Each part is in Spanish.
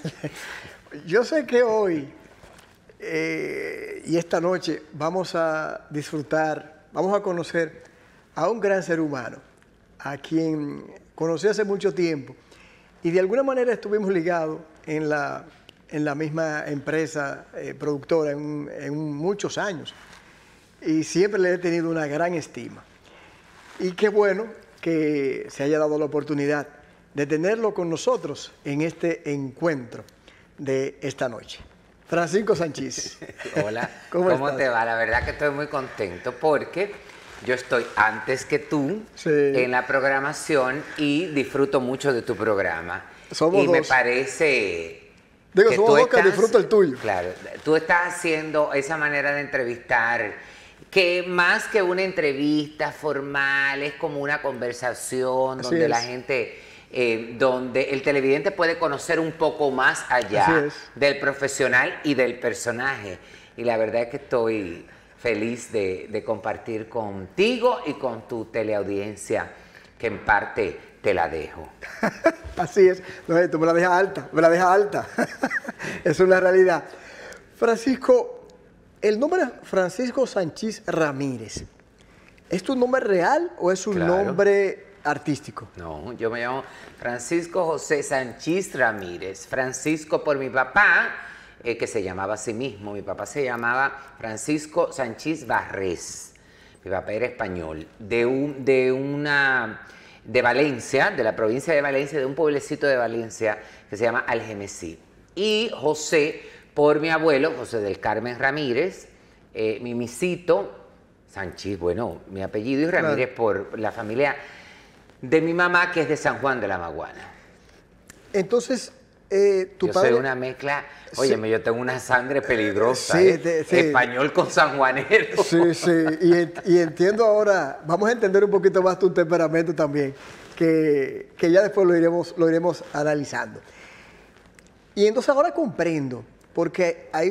Yo sé que hoy y esta noche vamos a disfrutar, vamos a conocer a un gran ser humano, a quien conocí hace mucho tiempo y de alguna manera estuvimos ligados en la misma empresa productora en muchos años y siempre le he tenido una gran estima. Y qué bueno que se haya dado la oportunidad de tenerlo con nosotros en este encuentro de esta noche. Francisco Sanchís. Hola, ¿cómo te va? La verdad que estoy muy contento porque yo estoy antes que tú en la programación y disfruto mucho de tu programa. Somos y dos. Me parece... Digo, somos dos que disfruto el tuyo. Claro, tú estás haciendo esa manera de entrevistar que más que una entrevista formal es como una conversación donde la gente... donde el televidente puede conocer un poco más allá del profesional y del personaje. Y la verdad es que estoy feliz de compartir contigo y con tu teleaudiencia, que en parte te la dejo. Así es. No, tú me la dejas alta, me la dejas alta. Es una realidad. Francisco, el nombre Francisco Sanchís Ramírez, ¿es tu nombre real o es un nombre artístico? No, yo me llamo Francisco José Sanchís Ramírez. Francisco por mi papá, que se llamaba a sí mismo. Mi papá se llamaba Francisco Sanchís Barrés. Mi papá era español, de Valencia, de la provincia de Valencia, de un pueblecito de Valencia que se llama Algemesí. Y José por mi abuelo, José del Carmen Ramírez, mi misito, Sanchís, bueno, mi apellido, y Ramírez por la familia de mi mamá, que es de San Juan de la Maguana. Entonces, tu yo padre... soy una mezcla, óyeme, yo tengo una sangre peligrosa, sí, español con sanjuanero. Sí, sí, y entiendo ahora, vamos a entender un poquito más tu temperamento también, que ya después lo iremos analizando. Y entonces ahora comprendo, porque hay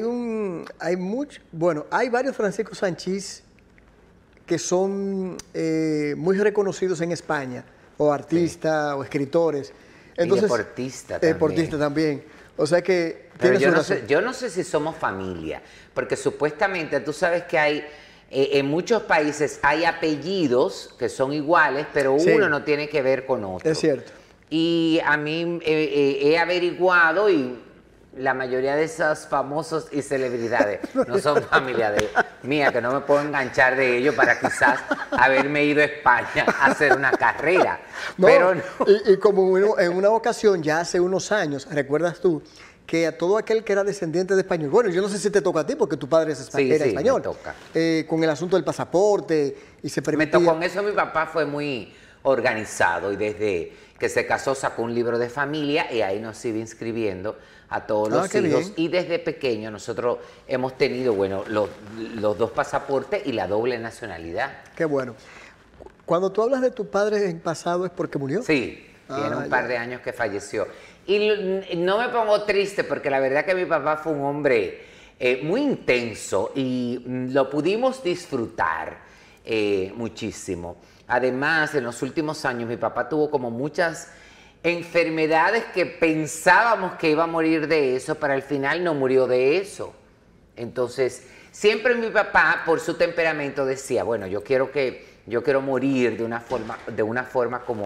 varios Francisco Sanchís que son muy reconocidos en España, o artistas, o escritores. Entonces, y deportista también. Deportista también. O sea que... Pero yo no sé si somos familia, porque supuestamente tú sabes que hay, en muchos países hay apellidos que son iguales, pero uno no tiene que ver con otro. Es cierto. Y a mí he averiguado y la mayoría de esos famosos y celebridades no son familia mía, que no me puedo enganchar de ellos para quizás haberme ido a España a hacer una carrera. No, pero no. Y como en una ocasión, ya hace unos años, ¿recuerdas tú? Que a todo aquel que era descendiente de español, bueno, yo no sé si te toca a ti, porque tu padre era español. Me toca. Con el asunto del pasaporte y se permitía... Con eso mi papá fue muy organizado y desde que se casó sacó un libro de familia y ahí nos iba inscribiendo a todos los hijos. Bien. Y desde pequeño nosotros hemos tenido, bueno, los dos pasaportes y la doble nacionalidad. Qué bueno. Cuando tú hablas de tu padre en pasado, ¿es porque murió? Sí, tiene un par de años que falleció. Y no me pongo triste porque la verdad que mi papá fue un hombre muy intenso y lo pudimos disfrutar muchísimo. Además, en los últimos años mi papá tuvo como muchas enfermedades que pensábamos que iba a morir de eso, pero al final no murió de eso. Entonces, siempre mi papá, por su temperamento, decía, bueno, yo quiero morir de una forma como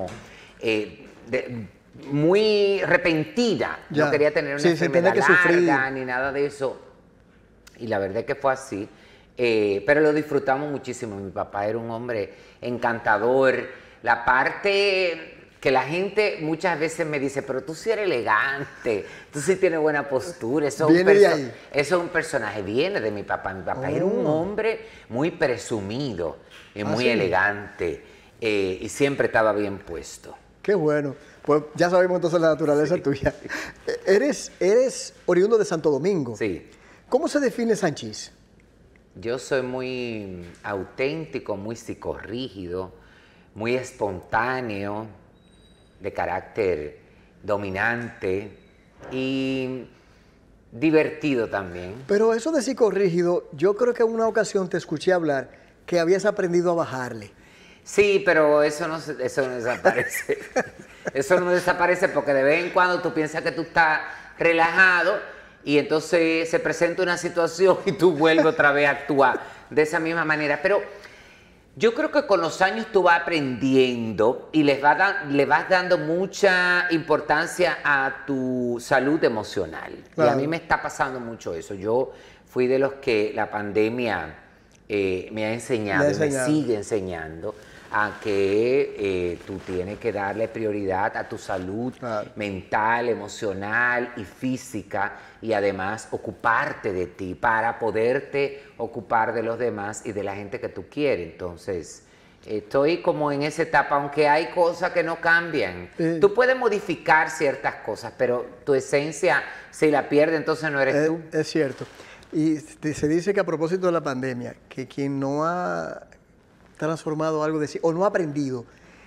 muy repentina. No quería tener una enfermedad larga ni nada de eso. Y la verdad es que fue así. Pero lo disfrutamos muchísimo. Mi papá era un hombre encantador. La parte que la gente muchas veces me dice, pero tú sí eres elegante, tú sí tienes buena postura. Eso es un personaje, viene de mi papá. Mi papá era un hombre muy presumido y muy elegante y siempre estaba bien puesto. Qué bueno. Pues ya sabemos entonces la naturaleza tuya. Eres oriundo de Santo Domingo. Sí. ¿Cómo se define Sanchís? Yo soy muy auténtico, muy psicorrígido, muy espontáneo, de carácter dominante y divertido también. Pero eso de psicorrígido, yo creo que en una ocasión te escuché hablar que habías aprendido a bajarle. Sí, pero eso no desaparece. Eso no desaparece porque de vez en cuando tú piensas que tú estás relajado y entonces se presenta una situación y tú vuelves otra vez a actuar de esa misma manera. Pero yo creo que con los años tú vas aprendiendo y le vas dando mucha importancia a tu salud emocional. Claro. Y a mí me está pasando mucho eso. Yo fui de los que la pandemia me ha enseñado y me sigue enseñando a que tú tienes que darle prioridad a tu salud mental, emocional y física y además ocuparte de ti para poderte ocupar de los demás y de la gente que tú quieres. Entonces, estoy como en esa etapa, aunque hay cosas que no cambian. Tú puedes modificar ciertas cosas, pero tu esencia, si la pierdes, entonces no eres tú. Es cierto. Y se dice que a propósito de la pandemia, que quien no ha transformado algo de sí o no ha aprendido,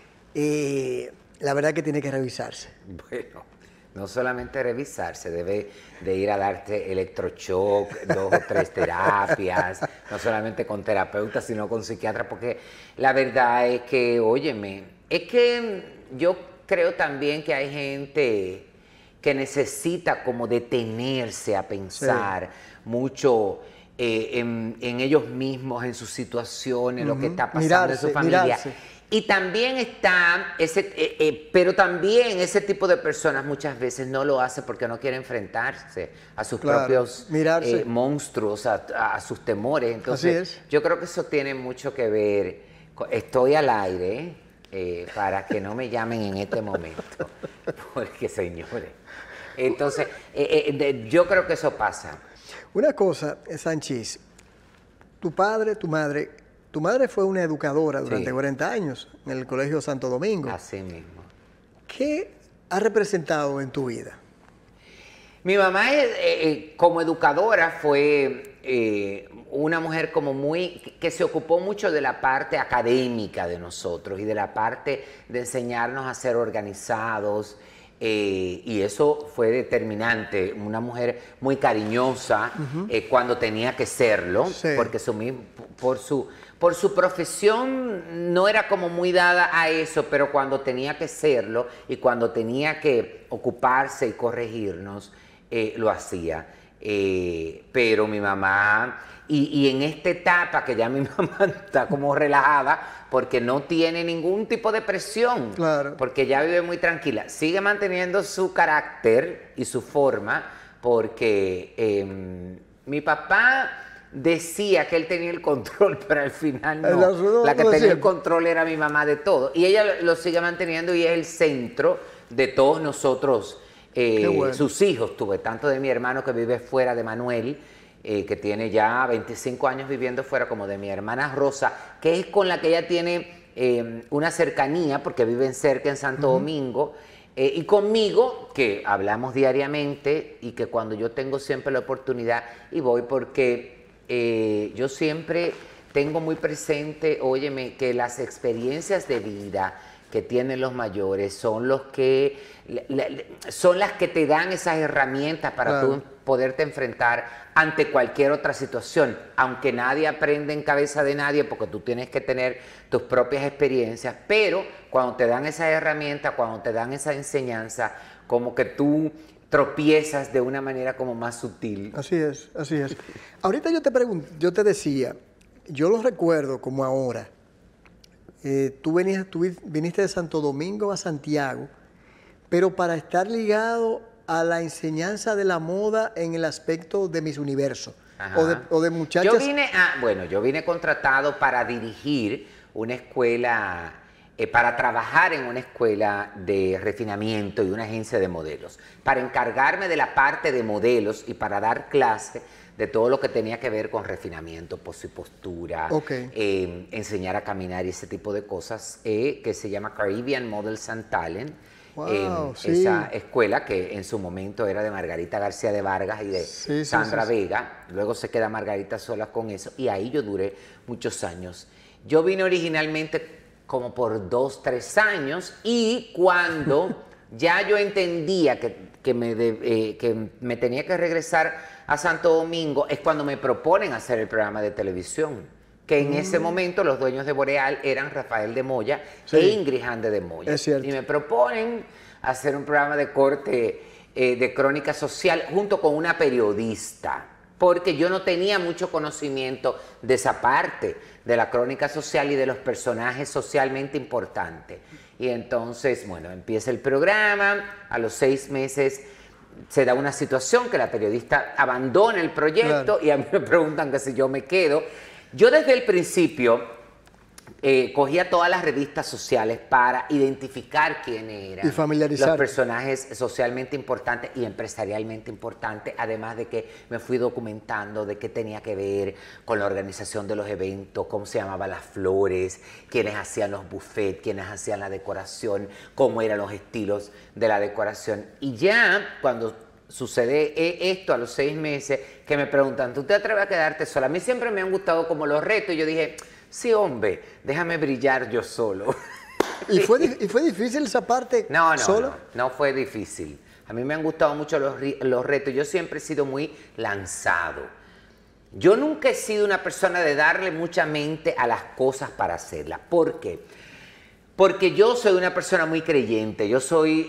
la verdad que tiene que revisarse. Bueno, no solamente revisarse, debe de ir a darte electroshock, 2 o 3 terapias, no solamente con terapeutas, sino con psiquiatras, porque la verdad es que, óyeme, es que yo creo también que hay gente que necesita como detenerse a pensar mucho en ellos mismos, en sus situaciones, lo que está pasando en su familia. Y también está pero también ese tipo de personas muchas veces no lo hace porque no quiere enfrentarse a sus propios monstruos, a sus temores. Entonces, yo creo que eso tiene mucho que ver. Estoy al aire para que no me llamen en este momento, porque señores. Entonces, yo creo que eso pasa. Una cosa, Sanchis, tu madre fue una educadora durante 40 años en el Colegio Santo Domingo. Así mismo. ¿Qué ha representado en tu vida? Mi mamá como educadora fue una mujer como que se ocupó mucho de la parte académica de nosotros y de la parte de enseñarnos a ser organizados. Y eso fue determinante, una mujer muy cariñosa cuando tenía que serlo, porque por su profesión no era como muy dada a eso, pero cuando tenía que serlo y cuando tenía que ocuparse y corregirnos, lo hacía. Pero mi mamá, y en esta etapa que ya mi mamá está como relajada, porque no tiene ningún tipo de presión, porque ya vive muy tranquila. Sigue manteniendo su carácter y su forma, porque mi papá decía que él tenía el control, pero al final no. La que tenía el control era mi mamá de todo. Y ella lo sigue manteniendo y es el centro de todos nosotros, sus hijos. Tuve tanto de mi hermano que vive fuera, de Manuel, que tiene ya 25 años viviendo fuera, como de mi hermana Rosa, que es con la que ella tiene una cercanía, porque viven cerca en Santo Domingo, y conmigo, que hablamos diariamente y que cuando yo tengo siempre la oportunidad y voy, porque yo siempre tengo muy presente, óyeme, que las experiencias de vida que tienen los mayores son las que te dan esas herramientas para tú poderte enfrentar ante cualquier otra situación, aunque nadie aprende en cabeza de nadie, porque tú tienes que tener tus propias experiencias, pero cuando te dan esas herramientas, cuando te dan esa enseñanza, como que tú tropiezas de una manera como más sutil. Así es, así es. Ahorita yo te decía, yo lo recuerdo como ahora. Tú viniste de Santo Domingo a Santiago, pero para estar ligado a la enseñanza de la moda en el aspecto de Miss Universo o de muchachas. Yo vine contratado para dirigir una escuela, para trabajar en una escuela de refinamiento y una agencia de modelos, para encargarme de la parte de modelos y para dar clase de todo lo que tenía que ver con refinamiento, pose y postura, enseñar a caminar y ese tipo de cosas, que se llama Caribbean Models and Talent. Esa escuela que en su momento era de Margarita García de Vargas y de Sandra Vega. Luego se queda Margarita sola con eso y ahí yo duré muchos años. Yo vine originalmente como por 2, 3 años y cuando ya yo entendía que me tenía que regresar a Santo Domingo, es cuando me proponen hacer el programa de televisión, que en ese momento los dueños de Boreal eran Rafael de Moya e Ingrid Hande de Moya. Es cierto. Y me proponen hacer un programa de corte de crónica social junto con una periodista, porque yo no tenía mucho conocimiento de esa parte de la crónica social y de los personajes socialmente importantes. Y entonces, bueno, empieza el programa, a los 6 meses se da una situación que la periodista abandona el proyecto, claro, y a mí me preguntan que si yo me quedo. Yo desde el principio cogía todas las revistas sociales para identificar quiénes eran y familiarizar los personajes socialmente importantes y empresarialmente importantes, además de que me fui documentando de qué tenía que ver con la organización de los eventos, cómo se llamaban las flores, quiénes hacían los buffets, quiénes hacían la decoración, cómo eran los estilos de la decoración. Y ya cuando sucede esto a los 6 meses, que me preguntan, ¿tú te atreves a quedarte sola? A mí siempre me han gustado como los retos, y yo dije, sí, hombre, déjame brillar yo solo. ¿Y fue difícil esa parte solo? No fue difícil. A mí me han gustado mucho los retos. Yo siempre he sido muy lanzado. Yo nunca he sido una persona de darle mucha mente a las cosas para hacerlas. ¿Por qué? Porque yo soy una persona muy creyente. Yo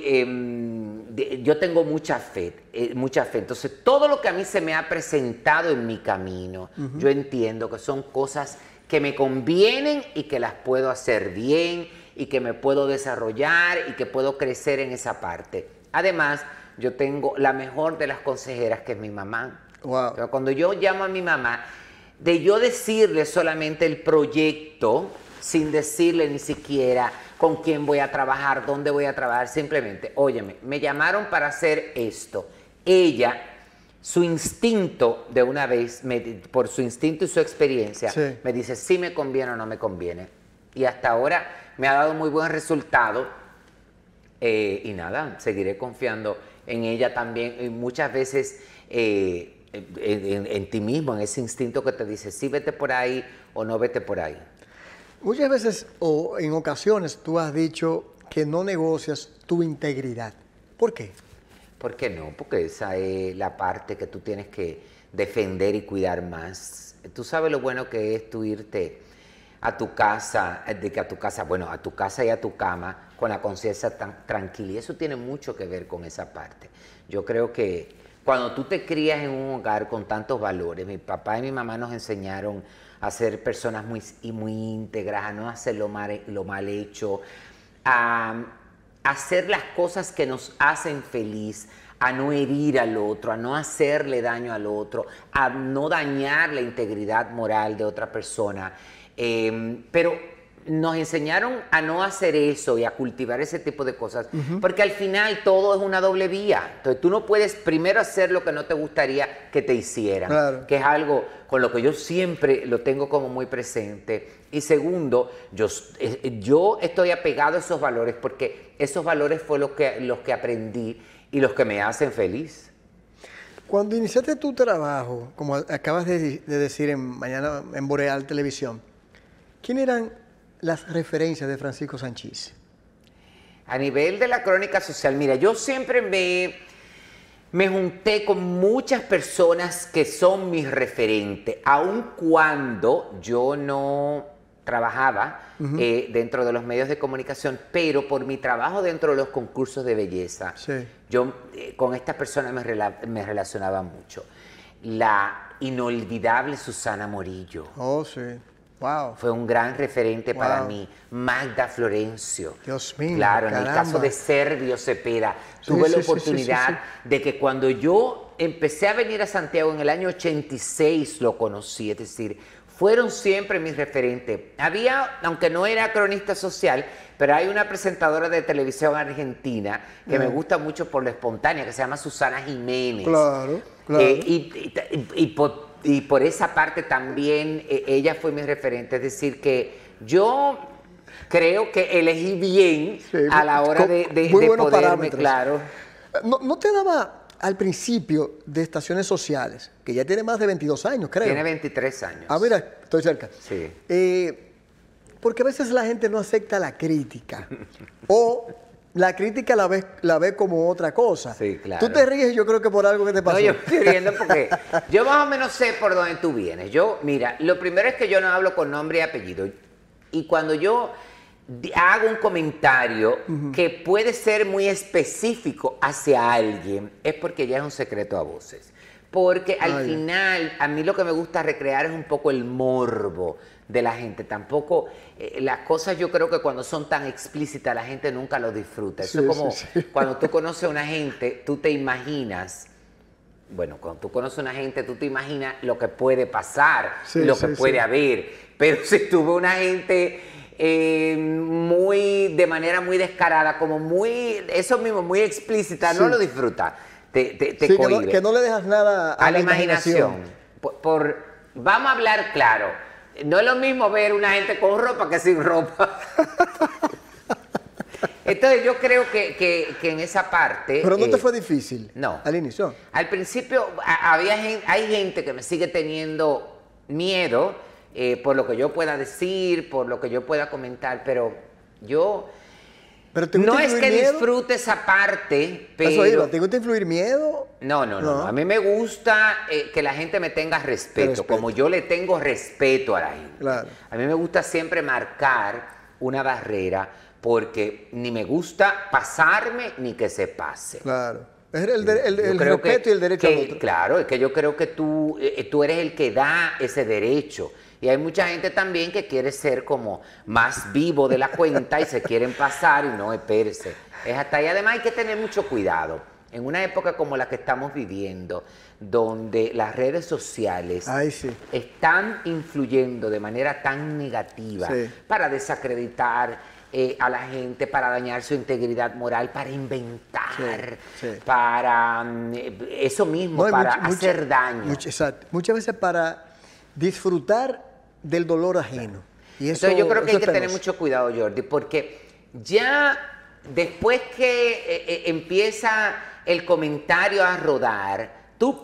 tengo mucha fe, mucha fe. Entonces, todo lo que a mí se me ha presentado en mi camino, yo entiendo que son cosas que me convienen y que las puedo hacer bien y que me puedo desarrollar y que puedo crecer en esa parte. Además, yo tengo la mejor de las consejeras, que es mi mamá. Wow. Pero cuando yo llamo a mi mamá, de yo decirle solamente el proyecto, sin decirle ni siquiera con quién voy a trabajar, dónde voy a trabajar, simplemente, óyeme, me llamaron para hacer esto. Ella, su instinto de una vez, por su instinto y su experiencia, sí, me dice si me conviene o no me conviene. Y hasta ahora me ha dado muy buen resultado. Y nada, seguiré confiando en ella también. Y muchas veces en ti mismo, en ese instinto que te dice sí, vete por ahí o no vete por ahí. Muchas veces o en ocasiones tú has dicho que no negocias tu integridad. ¿Por qué? ¿Por qué no? Porque esa es la parte que tú tienes que defender y cuidar más. Tú sabes lo bueno que es tú irte a tu casa, bueno, a tu casa y a tu cama con la conciencia tan tranquila. Y eso tiene mucho que ver con esa parte. Yo creo que cuando tú te crías en un hogar con tantos valores, mi papá y mi mamá nos enseñaron a ser personas muy íntegras, a no hacer lo mal hecho, a hacer las cosas que nos hacen feliz, a no herir al otro, a no hacerle daño al otro, a no dañar la integridad moral de otra persona. Pero nos enseñaron a no hacer eso y a cultivar ese tipo de cosas, porque al final todo es una doble vía. Entonces tú no puedes primero hacer lo que no te gustaría que te hicieran, claro, que es algo con lo que yo siempre lo tengo como muy presente. Y segundo, yo estoy apegado a esos valores porque esos valores fue los que aprendí y los que me hacen feliz. Cuando iniciaste tu trabajo, como acabas de decir mañana en Boreal Televisión, ¿quién eran las referencias de Francisco Sanchís? A nivel de la crónica social, mira, yo siempre me junté con muchas personas que son mis referentes, aun cuando yo no trabajaba dentro de los medios de comunicación, pero por mi trabajo dentro de los concursos de belleza, sí, yo con esta persona me relacionaba mucho. La inolvidable Susana Morillo. Oh, sí. Wow. Fue un gran referente para mí. Magda Florencio. Dios mío. Claro, caramba. En el caso de Servio Cepeda, tuve la oportunidad de que cuando yo empecé a venir a Santiago en el año 86 lo conocí, es decir, fueron siempre mis referentes. Había, aunque no era cronista social, pero hay una presentadora de televisión argentina que me gusta mucho por lo espontánea, que se llama Susana Jiménez. Claro, claro. Y por esa parte también ella fue mi referente, es decir, que yo creo que elegí bien, sí, a la hora de poderme, claro. ¿No te daba al principio de Estaciones Sociales, que ya tiene más de 22 años, creo? Tiene 23 años. Ah, mira, estoy cerca. Sí. Porque a veces la gente no acepta la crítica o la crítica la ve como otra cosa. Sí, claro. Tú te ríes, yo creo que por algo que te pasó. No, yo estoy riendo porque yo más o menos sé por dónde tú vienes. Mira, lo primero es que yo no hablo con nombre y apellido. Y cuando yo hago un comentario que puede ser muy específico hacia alguien, es porque ya es un secreto a voces. Porque al final, a mí lo que me gusta recrear es un poco el morbo de la gente. Tampoco, las cosas yo creo que cuando son tan explícitas la gente nunca lo disfruta. Eso es como cuando tú conoces a una gente, tú te imaginas, bueno, cuando tú conoces a una gente, tú te imaginas lo que puede pasar, lo que puede haber. Pero si tú ves una gente de manera muy descarada, como muy, eso mismo, muy explícita, no lo disfruta. Te cohíbe. Que no le dejas nada a la imaginación. Vamos a hablar claro. No es lo mismo ver una gente con ropa que sin ropa. Entonces yo creo que en esa parte... Pero no te fue difícil. No. Al inicio. Al principio hay gente que me sigue teniendo miedo por lo que yo pueda decir, por lo que yo pueda comentar, pero yo... No es que disfrute esa parte, pero... ¿Te gusta influir miedo? No. A mí me gusta que la gente me tenga respeto, como yo le tengo respeto a la gente. Claro. A mí me gusta siempre marcar una barrera porque ni me gusta pasarme ni que se pase. Claro. Es el respeto y el derecho al otro. Claro, es que yo creo que tú eres el que da ese derecho. Y hay mucha gente también que quiere ser como más vivo de la cuenta y se quieren pasar y no, espérese. Es hasta ahí. Además hay que tener mucho cuidado. En una época como la que estamos viviendo, donde las redes sociales están influyendo de manera tan negativa para desacreditar a la gente, para dañar su integridad moral, para inventar, para eso mismo, para hacer daño. Exacto. Muchas veces para disfrutar del dolor ajeno. Y eso, entonces yo creo que hay que tener mucho cuidado, Jordi, porque ya después que empieza el comentario a rodar,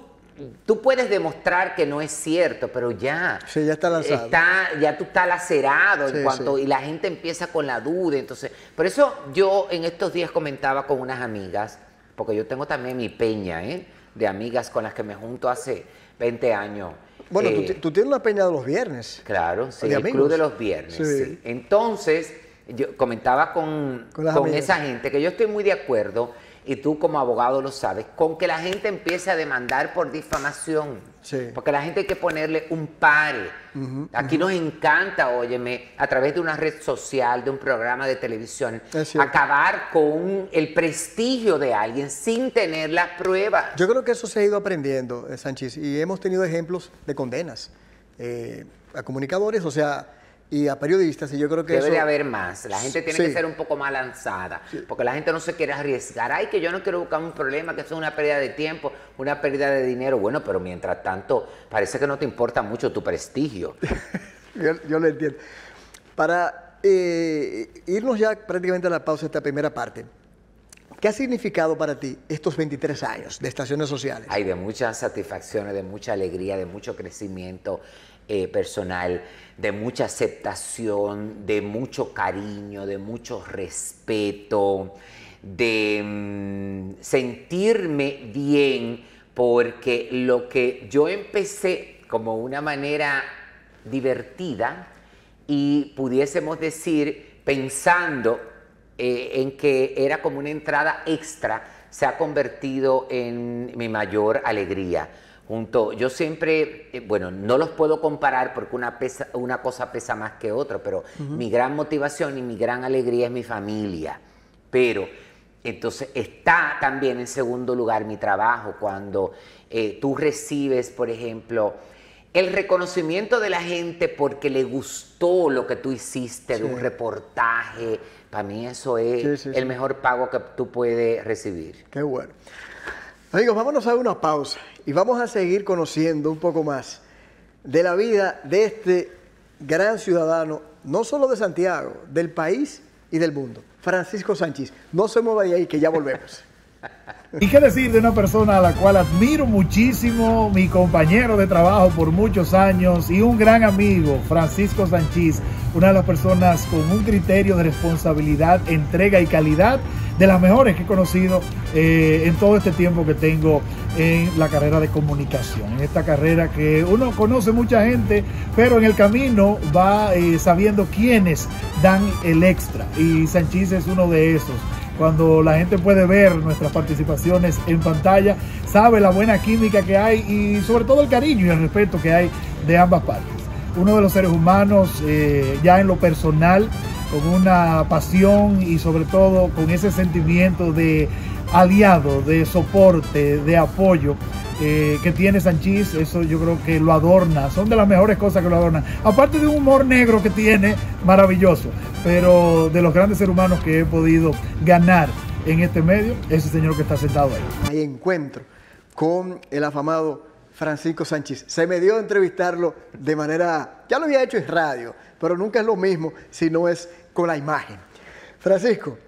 tú puedes demostrar que no es cierto, pero ya... Sí, ya está lanzado. Ya tú estás lacerado en cuanto... Y la gente empieza con la duda, entonces... Por eso yo en estos días comentaba con unas amigas, porque yo tengo también mi peña, de amigas con las que me junto hace 20 años. Bueno, tú tienes una peña de los viernes. Claro, sí, el club de los viernes. Sí. Entonces, yo comentaba con esa gente que yo estoy muy de acuerdo, y tú como abogado lo sabes, con que la gente empiece a demandar por difamación. Sí. Porque a la gente hay que ponerle un pare. Aquí nos encanta, óyeme, a través de una red social, de un programa de televisión, acabar con el prestigio de alguien sin tener las pruebas. Yo creo que eso se ha ido aprendiendo, Sánchez, y hemos tenido ejemplos de condenas a comunicadores, o sea, y a periodistas, y yo creo que debe de haber más. La gente tiene que ser un poco más lanzada, porque la gente no se quiere arriesgar. Ay, que yo no quiero buscar un problema, que eso es una pérdida de tiempo, una pérdida de dinero. Bueno, pero mientras tanto, parece que no te importa mucho tu prestigio. yo lo entiendo. Para irnos ya prácticamente a la pausa de esta primera parte, ¿qué ha significado para ti estos 23 años de Estaciones Sociales? Hay de muchas satisfacciones, de mucha alegría, de mucho crecimiento personal, de mucha aceptación, de mucho cariño, de mucho respeto, de sentirme bien, porque lo que yo empecé como una manera divertida y pudiésemos decir pensando en que era como una entrada extra, se ha convertido en mi mayor alegría. Yo siempre, bueno, no los puedo comparar porque una cosa pesa más que otra, pero mi gran motivación y mi gran alegría es mi familia. Pero entonces está también en segundo lugar mi trabajo, cuando tú recibes, por ejemplo, el reconocimiento de la gente porque le gustó lo que tú hiciste de un reportaje. Para mí eso es el mejor pago que tú puedes recibir. Qué bueno. Amigos, vámonos a una pausa y vamos a seguir conociendo un poco más de la vida de este gran ciudadano, no solo de Santiago, del país y del mundo, Francisco Sanchís. No se mueva de ahí, que ya volvemos. ¿Y qué decir de una persona a la cual admiro muchísimo, mi compañero de trabajo por muchos años y un gran amigo, Francisco Sanchís, una de las personas con un criterio de responsabilidad, entrega y calidad de las mejores que he conocido en todo este tiempo que tengo en la carrera de comunicación, en esta carrera que uno conoce mucha gente, pero en el camino va sabiendo quiénes dan el extra, y Sanchís es uno de esos. Cuando la gente puede ver nuestras participaciones en pantalla, sabe la buena química que hay y sobre todo el cariño y el respeto que hay de ambas partes. Uno de los seres humanos, ya en lo personal, con una pasión y sobre todo con ese sentimiento de aliado, de soporte, de apoyo que tiene Sanchís. Eso yo creo que lo adorna, son de las mejores cosas que lo adornan, aparte de un humor negro que tiene maravilloso, pero de los grandes seres humanos que he podido ganar en este medio, ese señor que está sentado ahí. Hay encuentro con el afamado Francisco Sanchís. Se me dio entrevistarlo de manera, ya lo había hecho en radio, pero nunca es lo mismo si no es con la imagen. Francisco,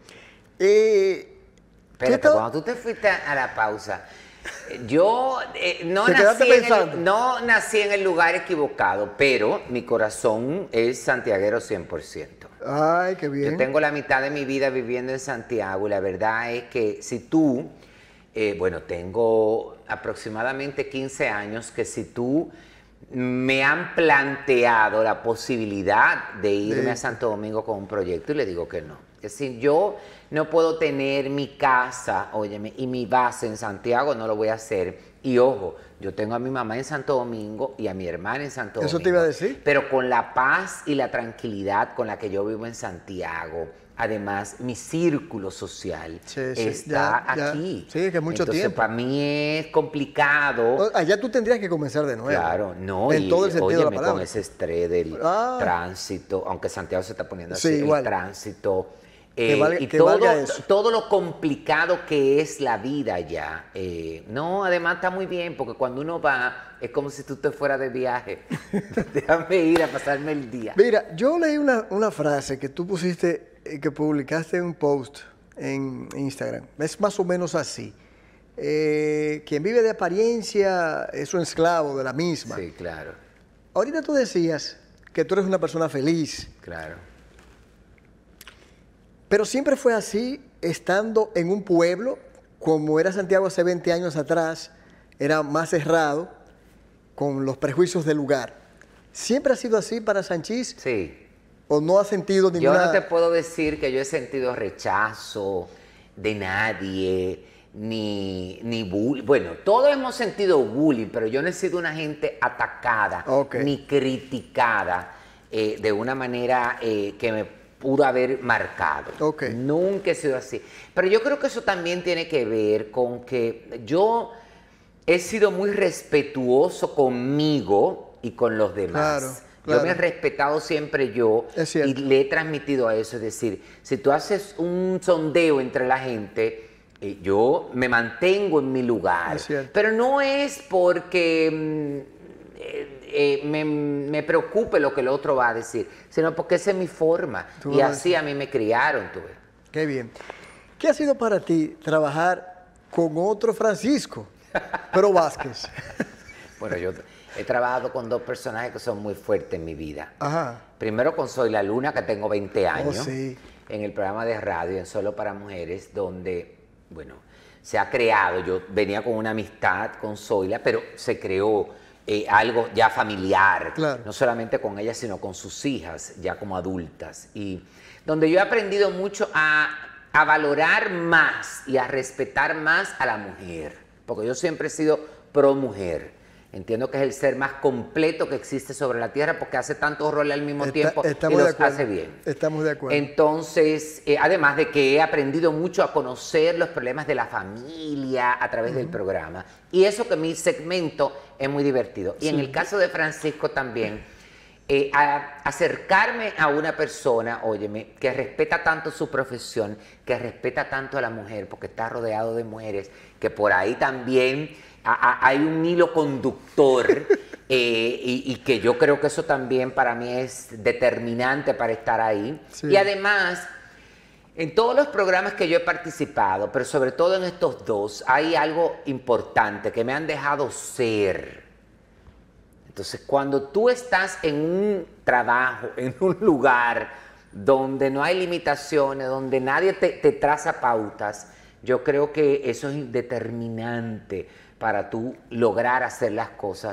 espérate, cuando tú te fuiste a la pausa, yo no nací en el lugar equivocado, pero mi corazón es santiaguero 100%. Ay, qué bien. Yo tengo la mitad de mi vida viviendo en Santiago y la verdad es que si tú, bueno, tengo aproximadamente 15 años que si tú me han planteado la posibilidad de irme a Santo Domingo con un proyecto y le digo que no. Es decir, yo no puedo tener mi casa, óyeme, y mi base en Santiago, no lo voy a hacer. Y ojo, yo tengo a mi mamá en Santo Domingo y a mi hermana en Santo Domingo. ¿Eso te iba a decir? Pero con la paz y la tranquilidad con la que yo vivo en Santiago. Además, mi círculo social está aquí. Sí, que mucho Entonces, tiempo. para mí es complicado. Allá tú tendrías que comenzar de nuevo. Claro, no. En todo el sentido de la palabra. Con ese estrés del tránsito, aunque Santiago se está poniendo así, igual. el tránsito. Que y valga eso. todo lo complicado que es la vida allá. No, además está muy bien, porque cuando uno va, es como si tú te fueras de viaje. Déjame ir a pasarme el día. Mira, yo leí una frase que tú pusiste, que publicaste en un post en Instagram. Es más o menos así. Quien vive de apariencia es un esclavo de la misma. Sí, claro. Ahorita tú decías que tú eres una persona feliz. Claro. Pero siempre fue así, estando en un pueblo, como era Santiago hace 20 años atrás, era más cerrado, con los prejuicios del lugar. ¿Siempre ha sido así para Sanchís? Sí. ¿O no ha sentido ninguna...? Yo no te puedo decir que yo he sentido rechazo de nadie, ni bullying. Bueno, todos hemos sentido bullying, pero yo no he sido una gente atacada, ni criticada de una manera que me pudo haber marcado. Nunca he sido así. Pero yo creo que eso también tiene que ver con que yo he sido muy respetuoso conmigo y con los demás. Claro. Yo me he respetado siempre yo y le he transmitido a eso. Es decir, si tú haces un sondeo entre la gente, yo me mantengo en mi lugar. Pero no es porque me preocupe lo que el otro va a decir, sino porque esa es mi forma. Y así a mí me criaron, tú ves. Qué bien. ¿Qué ha sido para ti trabajar con otro Francisco, pero Vázquez? Bueno, yo he trabajado con dos personajes que son muy fuertes en mi vida. Ajá. Primero con Soy la Luna, que tengo 20 años, sí. En el programa de radio, en Solo para Mujeres, donde, bueno, se ha creado, yo venía con una amistad con Zoila, pero se creó algo ya familiar, no solamente con ella, sino con sus hijas, ya como adultas, y donde yo he aprendido mucho a valorar más y a respetar más a la mujer, porque yo siempre he sido pro mujer. Entiendo que es el ser más completo que existe sobre la tierra porque hace tantos roles al mismo tiempo y los hace bien. Estamos de acuerdo. Entonces, además de que he aprendido mucho a conocer los problemas de la familia a través del programa. Y eso que mi segmento es muy divertido. Y en el caso de Francisco también, acercarme a una persona, óyeme, que respeta tanto su profesión, que respeta tanto a la mujer, porque está rodeado de mujeres, que por ahí también hay un hilo conductor y que yo creo que eso también para mí es determinante para estar ahí. Y además, en todos los programas que yo he participado, pero sobre todo en estos dos, hay algo importante que me han dejado ser. Entonces, cuando tú estás en un trabajo, en un lugar donde no hay limitaciones, donde nadie te traza pautas, yo creo que eso es determinante para tú lograr hacer las cosas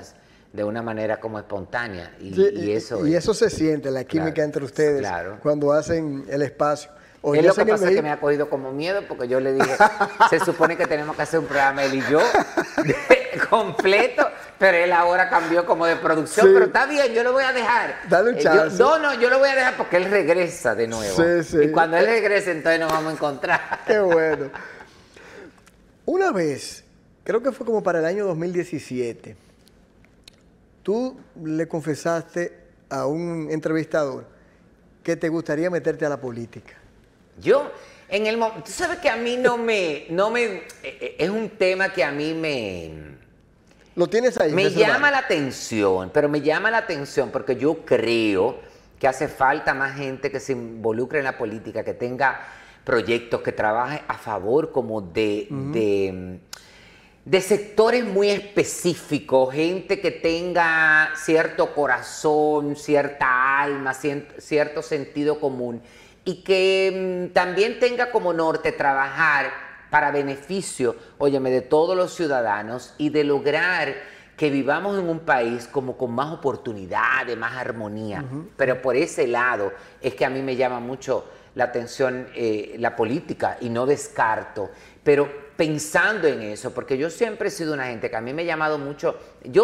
de una manera como espontánea. Sí, Y eso y es. eso se siente, la química Claro, entre ustedes claro. cuando hacen el espacio. O Es ya lo que hacen el pasa que vehículo. me ha cogido como miedo porque yo le dije, se supone que tenemos que hacer un programa él y yo completo, pero él ahora cambió como de producción, Sí. pero está bien, yo lo voy a dejar. Dale un chance. Yo lo voy a dejar porque él regresa de nuevo. Sí, sí. Y cuando él regrese, entonces nos vamos a encontrar. Qué bueno. Una vez, creo que fue como para el año 2017, tú le confesaste a un entrevistador que te gustaría meterte a la política. Yo, en el momento, tú sabes que a mí es un tema que a mí ¿Lo tienes ahí? me llama la atención, pero me llama la atención porque yo creo que hace falta más gente que se involucre en la política, que tenga proyectos, que trabaje a favor como de sectores muy específicos, gente que tenga cierto corazón, cierta alma, cierto sentido común y que también tenga como norte trabajar para beneficio, óyeme, de todos los ciudadanos y de lograr que vivamos en un país como con más oportunidades, más armonía. Pero por ese lado es que a mí me llama mucho la atención la política y no descarto. Pero pensando en eso, porque yo siempre he sido una gente que a mí me ha llamado mucho,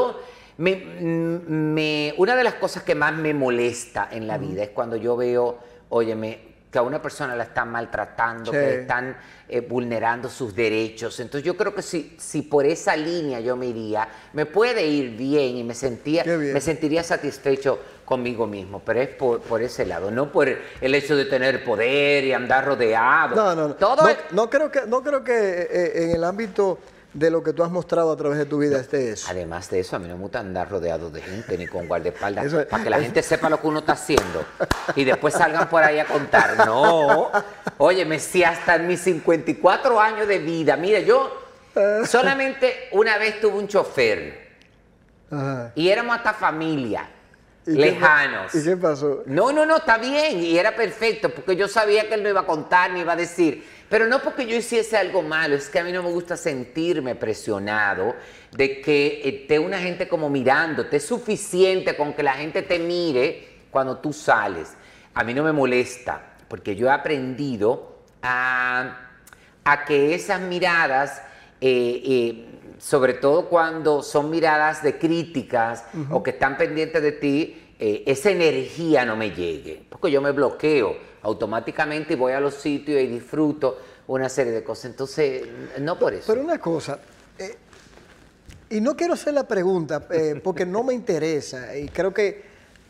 una de las cosas que más me molesta en la vida es cuando yo veo, óyeme, que a una persona la están maltratando, Sí. que están vulnerando sus derechos. Entonces yo creo que si por esa línea yo me iría, me puede ir bien y me sentiría satisfecho conmigo mismo, pero es por ese lado, no por el hecho de tener poder y andar rodeado. No. No creo que en el ámbito de lo que tú has mostrado a través de tu vida esté eso. Además de eso, a mí no me gusta andar rodeado de gente ni con guardaespaldas Eso es- para que la gente sepa lo que uno está haciendo y después salgan por ahí a contar. No, óyeme, si hasta en mis 54 años de vida, mira, yo solamente una vez tuve un chofer Ajá. y éramos hasta familia, ¿Y qué lejanos. ¿Y qué pasó? No, está bien, y era perfecto, porque yo sabía que él no iba a contar ni iba a decir, pero no porque yo hiciese algo malo, es que a mí no me gusta sentirme presionado de que esté una gente como mirándote, es suficiente con que la gente te mire cuando tú sales. A mí no me molesta, porque yo he aprendido a que esas miradas, sobre todo cuando son miradas de críticas o que están pendientes de ti, esa energía no me llegue, porque yo me bloqueo automáticamente y voy a los sitios y disfruto una serie de cosas. Entonces, no por eso. Pero una cosa, y no quiero hacer la pregunta porque no me interesa y creo que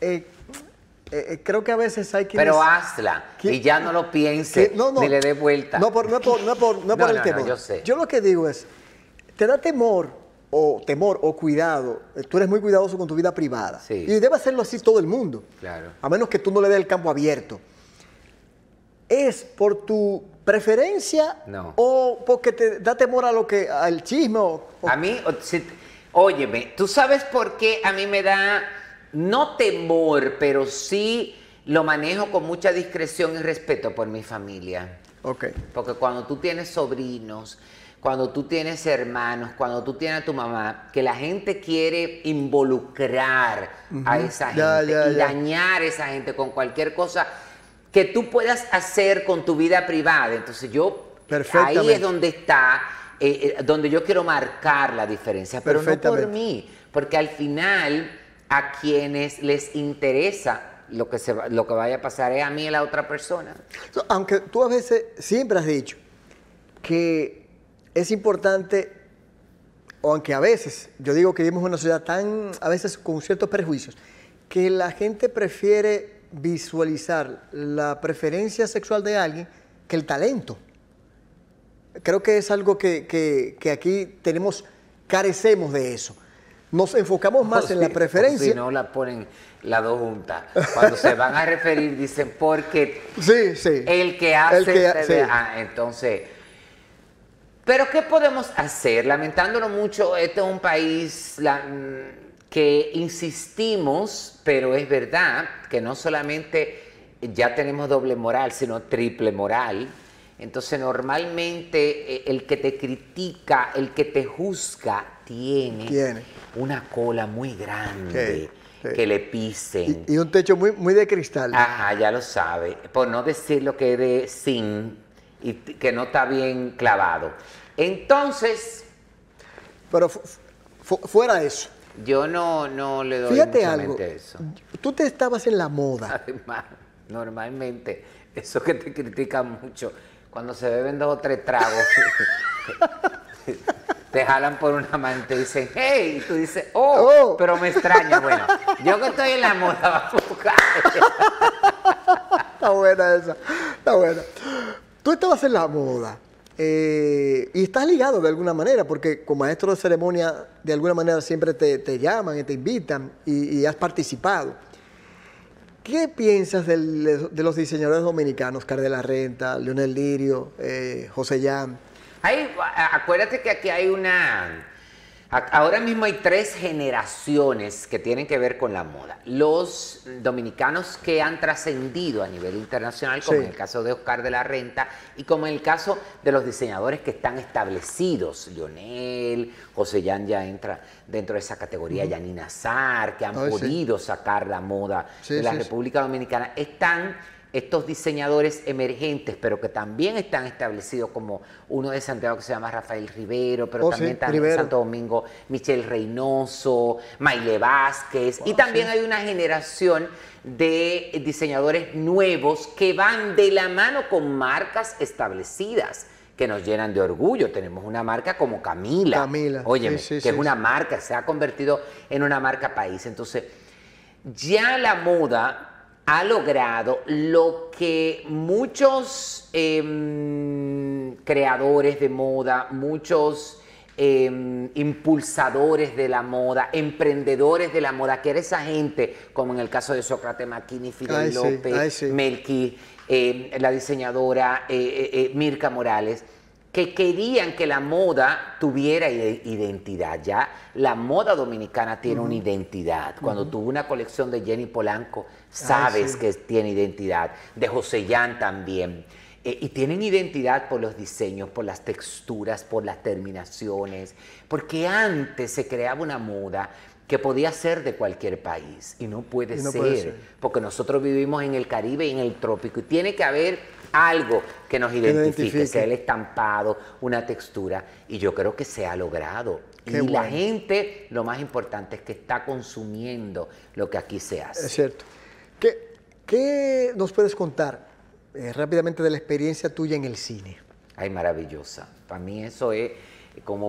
a veces hay quienes... Pero hazla y ya no lo piense ni le dé vuelta. No por el temor. Yo sé. Yo lo que digo es, ¿te da temor o cuidado? Tú eres muy cuidadoso con tu vida privada. Sí. Y debe hacerlo así todo el mundo. Claro. A menos que tú no le des el campo abierto. ¿Es por tu preferencia No. o porque te da temor al chisme? A mí, óyeme, ¿tú sabes por qué a mí me da, no temor, pero sí lo manejo con mucha discreción y respeto por mi familia? Ok. Porque cuando tú tienes sobrinos, cuando tú tienes hermanos, cuando tú tienes a tu mamá, que la gente quiere involucrar a esa gente y dañar a esa gente con cualquier cosa que tú puedas hacer con tu vida privada. Entonces ahí es donde está, donde yo quiero marcar la diferencia, pero no por mí, porque al final a quienes les interesa lo que vaya a pasar es a mí y a la otra persona. Aunque tú a veces siempre has dicho que es importante, o aunque a veces, yo digo que vivimos en una sociedad tan, a veces con ciertos prejuicios, que la gente prefiere visualizar la preferencia sexual de alguien que el talento. Creo que es algo que aquí carecemos de eso. Nos enfocamos más en la preferencia. Si no la ponen las dos juntas. Cuando se van a referir dicen porque sí. el que hace... sí. Entonces... Pero ¿qué podemos hacer? Lamentándolo mucho, este es un país que insistimos, pero es verdad que no solamente ya tenemos doble moral, sino triple moral. Entonces normalmente el que te critica, el que te juzga, tiene una cola muy grande que le pisen. Y un techo muy de cristal. Ajá, ya lo sabe. Por no decir lo que es de zinc y que no está bien clavado. Entonces... Pero fuera eso. Yo no le doy Fíjate mucha algo, mente a eso. tú te estabas en la moda. Además, normalmente, eso que te critican mucho, cuando se beben 2 o 3 tragos, te jalan por una mano y te dicen, hey, y tú dices, oh, pero me extraña. Bueno, yo que estoy en la moda, vamos a buscar. Está buena esa, está buena. Tú estabas en la moda. Y estás ligado de alguna manera, porque como maestro de ceremonia, de alguna manera siempre te llaman y te invitan y has participado. ¿Qué piensas de los diseñadores dominicanos, Oscar de la Renta, Leonel Lirio, José Jan? Acuérdate que aquí hay ahora mismo hay 3 generaciones que tienen que ver con la moda. Los dominicanos que han trascendido a nivel internacional, como en el caso de Oscar de la Renta, y como en el caso de los diseñadores que están establecidos. Lionel, José Jan ya entra dentro de esa categoría, Yanina Azar, que han podido sacar la moda de la República Dominicana. Están estos diseñadores emergentes, pero que también están establecidos, como uno de Santiago que se llama Rafael Rivero, pero también está en Santo Domingo Michelle Reynoso, Maile Vázquez, y también hay una generación de diseñadores nuevos que van de la mano con marcas establecidas que nos llenan de orgullo. Tenemos una marca como Camila, óyeme, que es una marca, se ha convertido en una marca país. Entonces, ya la moda ha logrado lo que muchos creadores de moda, muchos impulsadores de la moda, emprendedores de la moda, que era esa gente, como en el caso de Sócrates Maquini, Fidel López, Melqui, la diseñadora Mirka Morales, que querían que la moda tuviera identidad. Ya la moda dominicana tiene una identidad. Cuando tuvo una colección de Jenny Polanco, sabes que tiene identidad. De José Jan también. Y tienen identidad por los diseños, por las texturas, por las terminaciones. Porque antes se creaba una moda que podía ser de cualquier país. Y no puede ser. Porque nosotros vivimos en el Caribe y en el trópico. Y tiene que haber algo que nos identifique, sea el estampado, una textura, y yo creo que se ha logrado. La gente, lo más importante es que está consumiendo lo que aquí se hace. Es cierto. ¿Qué nos puedes contar rápidamente de la experiencia tuya en el cine? Ay, maravillosa. Para mí eso es como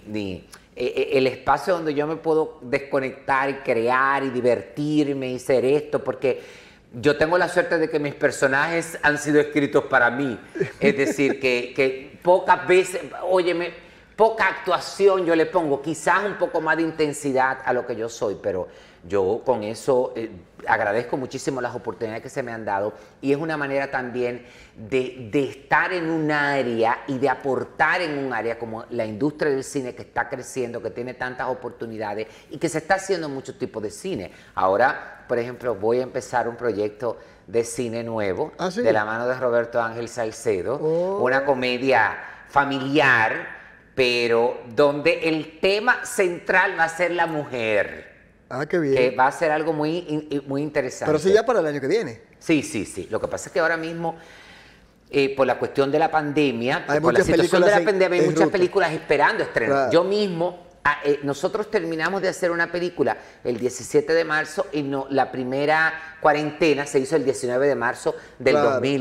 el espacio donde yo me puedo desconectar y crear y divertirme y ser esto, porque yo tengo la suerte de que mis personajes han sido escritos para mí. Es decir, que pocas veces, óyeme, poca actuación yo le pongo, quizás un poco más de intensidad a lo que yo soy, pero yo con eso agradezco muchísimo las oportunidades que se me han dado, y es una manera también de estar en un área y de aportar en un área como la industria del cine, que está creciendo, que tiene tantas oportunidades y que se está haciendo muchos tipos de cine. Ahora, por ejemplo, voy a empezar un proyecto de cine nuevo de la mano de Roberto Ángel Salcedo, una comedia familiar, pero donde el tema central va a ser la mujer. Qué bien. Que va a ser algo muy interesante. Pero sí, ya para el año que viene. Sí. Lo que pasa es que ahora mismo, por la cuestión de la pandemia, hay por la situación de la pandemia, hay muchas ruta. Películas esperando estrenar. Claro. Yo mismo, nosotros terminamos de hacer una película el 17 de marzo y la primera cuarentena se hizo el 19 de marzo del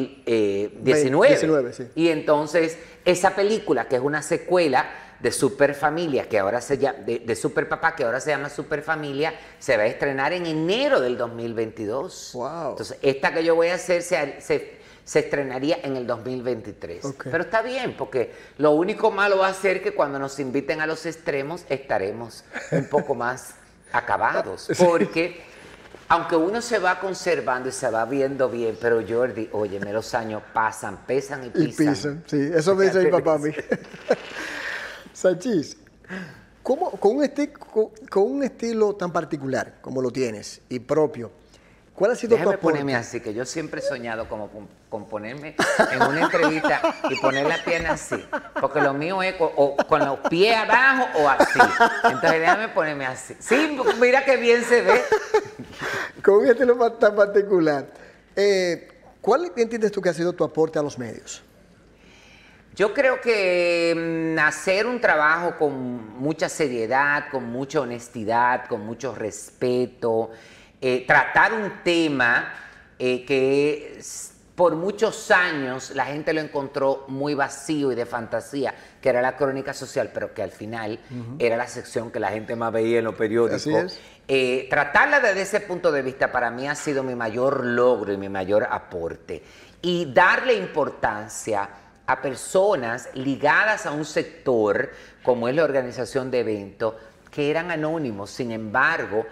2019. Sí. Y entonces, esa película, que es una secuela de Super Familia, que ahora se llama, de Super Papá, que ahora se llama Super Familia, se va a estrenar en enero del 2022. Wow. Entonces, esta que yo voy a hacer se estrenaría en el 2023. Okay. Pero está bien, porque lo único malo va a ser que cuando nos inviten a los extremos estaremos un poco más acabados. Porque aunque uno se va conservando y se va viendo bien, pero Jordi, óyeme, los años pasan, pesan y pisan. Sí, eso me dice mi papá a mí. Sanchís, con un estilo tan particular como lo tienes y propio, ¿Cuál ha sido tu Déjame aporte? ponerme así, que yo siempre he soñado como con ponerme en una entrevista y poner la pierna así, porque lo mío es o con los pies abajo o así. Entonces déjame ponerme así. Sí, mira qué bien se ve. Con un estilo tan particular. ¿Cuál entiendes tú que ha sido tu aporte a los medios? Yo creo que hacer un trabajo con mucha seriedad, con mucha honestidad, con mucho respeto, tratar un tema que por muchos años la gente lo encontró muy vacío y de fantasía, que era la crónica social, pero que al final era la sección que la gente más veía en los periódicos. Así es. Tratarla desde ese punto de vista para mí ha sido mi mayor logro y mi mayor aporte. Y darle importancia a personas ligadas a un sector, como es la organización de eventos, que eran anónimos, sin embargo,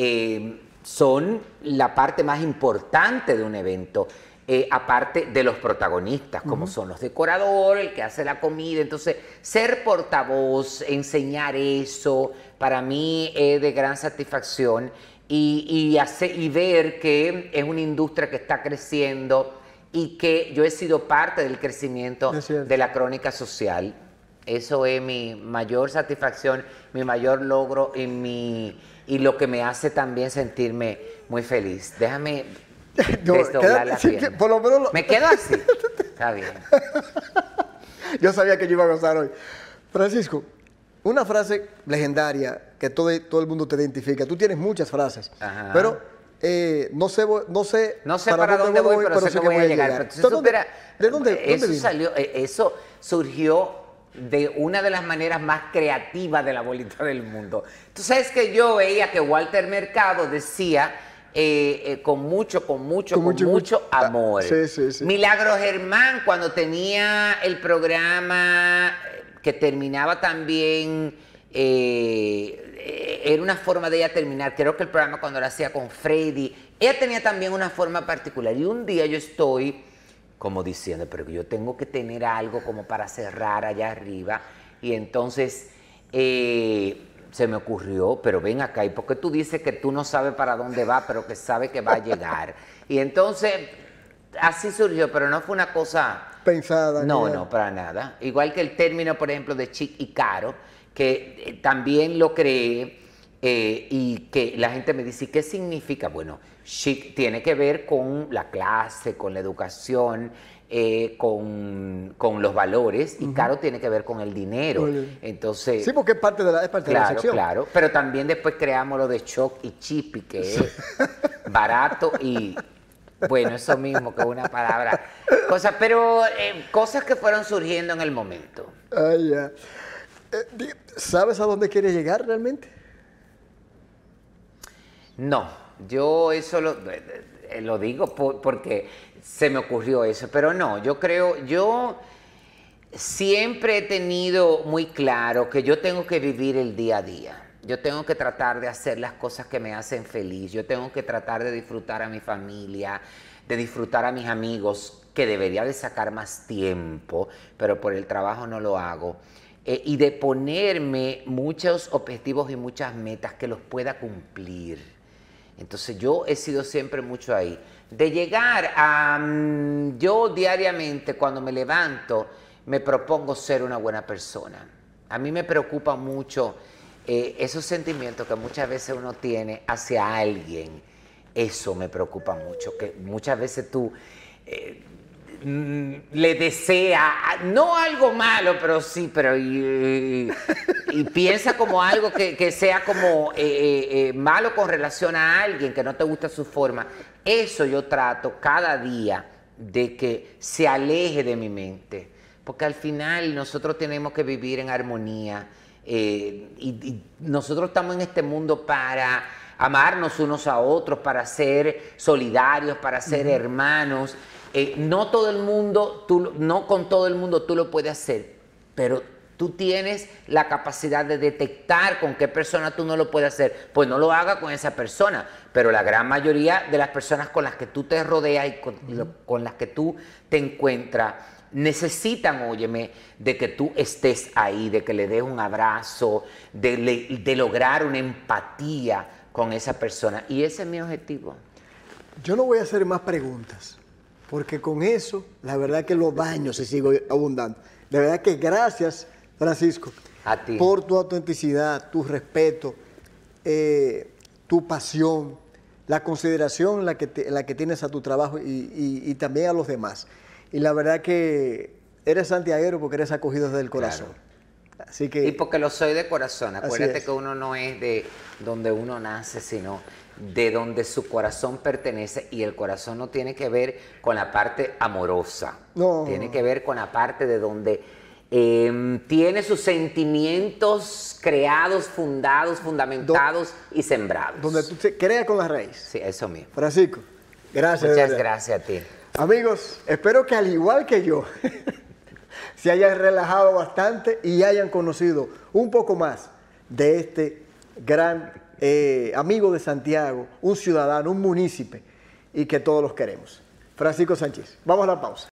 son la parte más importante de un evento, aparte de los protagonistas, como son los decoradores, el que hace la comida. Entonces, ser portavoz, enseñar eso, para mí es de gran satisfacción y ver que es una industria que está creciendo y que yo he sido parte del crecimiento de la crónica social. Eso es mi mayor satisfacción, mi mayor logro y lo que me hace también sentirme muy feliz. Déjame desdoblar la pierna. Por lo menos Me quedo así. Está bien. Yo sabía que yo iba a gozar hoy. Francisco, una frase legendaria que todo el mundo te identifica. Tú tienes muchas frases, Ajá. pero no sé para dónde voy, pero sé que voy a llegar. Pero ¿De dónde eso vino? salió, eso surgió de una de las maneras más creativas de la bolita del mundo. Tú sabes que yo veía que Walter Mercado decía con mucho amor. Sí. Milagro Germán, cuando tenía el programa que terminaba también, era una forma de ella terminar. Creo que el programa cuando lo hacía con Freddy, ella tenía también una forma particular. Y un día yo estoy como diciendo, pero yo tengo que tener algo como para cerrar allá arriba. Y entonces se me ocurrió, pero ven acá, ¿y por qué tú dices que tú no sabes para dónde va, pero que sabes que va a llegar? Y entonces así surgió, pero no fue una cosa pensada. No, para nada. Igual que el término, por ejemplo, de chic y caro, que también lo creé y que la gente me dice, ¿qué significa? Bueno, chic tiene que ver con la clase, con la educación, con los valores, y caro tiene que ver con el dinero. Entonces, sí, porque es parte de la sección. Claro, pero también después creamos lo de shock y chippy, que es barato y... Bueno, eso mismo, que es una palabra. Cosas que fueron surgiendo en el momento. Ya. ¿Sabes a dónde quieres llegar realmente? No, yo eso lo digo porque se me ocurrió eso, pero no, yo siempre he tenido muy claro que yo tengo que vivir el día a día. Yo tengo que tratar de hacer las cosas que me hacen feliz. Yo tengo que tratar de disfrutar a mi familia, de disfrutar a mis amigos, que debería de sacar más tiempo, pero por el trabajo no lo hago. Y de ponerme muchos objetivos y muchas metas que los pueda cumplir. Entonces yo he sido siempre mucho ahí. De llegar a... yo diariamente cuando me levanto me propongo ser una buena persona. A mí me preocupa mucho esos sentimientos que muchas veces uno tiene hacia alguien. Eso me preocupa mucho, que muchas veces tú le deseas, no algo malo, pero sí, y piensa como algo que sea como malo con relación a alguien, que no te gusta su forma. Eso yo trato cada día de que se aleje de mi mente, porque al final nosotros tenemos que vivir en armonía. Y nosotros estamos en este mundo para amarnos unos a otros, para ser solidarios, para ser hermanos. No todo el mundo, no con todo el mundo tú lo puedes hacer, pero tú tienes la capacidad de detectar con qué persona tú no lo puedes hacer. Pues no lo hagas con esa persona, pero la gran mayoría de las personas con las que tú te rodeas y con las que tú te encuentras necesitan, óyeme, de que tú estés ahí, de que le des un abrazo, de lograr una empatía con esa persona. Y ese es mi objetivo. Yo no voy a hacer más preguntas, porque con eso, la verdad que los daños se siguen abundando. De verdad que gracias, Francisco, a ti, por tu autenticidad, tu respeto, tu pasión, la consideración la que tienes a tu trabajo y también a los demás. Y la verdad que eres santiaguero porque eres acogido desde el corazón. Claro. Así que, y porque lo soy de corazón. Acuérdate que uno no es de donde uno nace, sino de donde su corazón pertenece, y el corazón no tiene que ver con la parte amorosa. No. Tiene que ver con la parte de donde tiene sus sentimientos creados, fundados, fundamentados y sembrados. donde tú te creas con la raíz. Sí, eso mismo. Francisco, gracias. Muchas de verdad. gracias a ti. Amigos, espero que al igual que yo, se hayan relajado bastante y hayan conocido un poco más de este gran amigo de Santiago, un ciudadano, un munícipe, y que todos los queremos. Francisco Sanchís. Vamos a la pausa.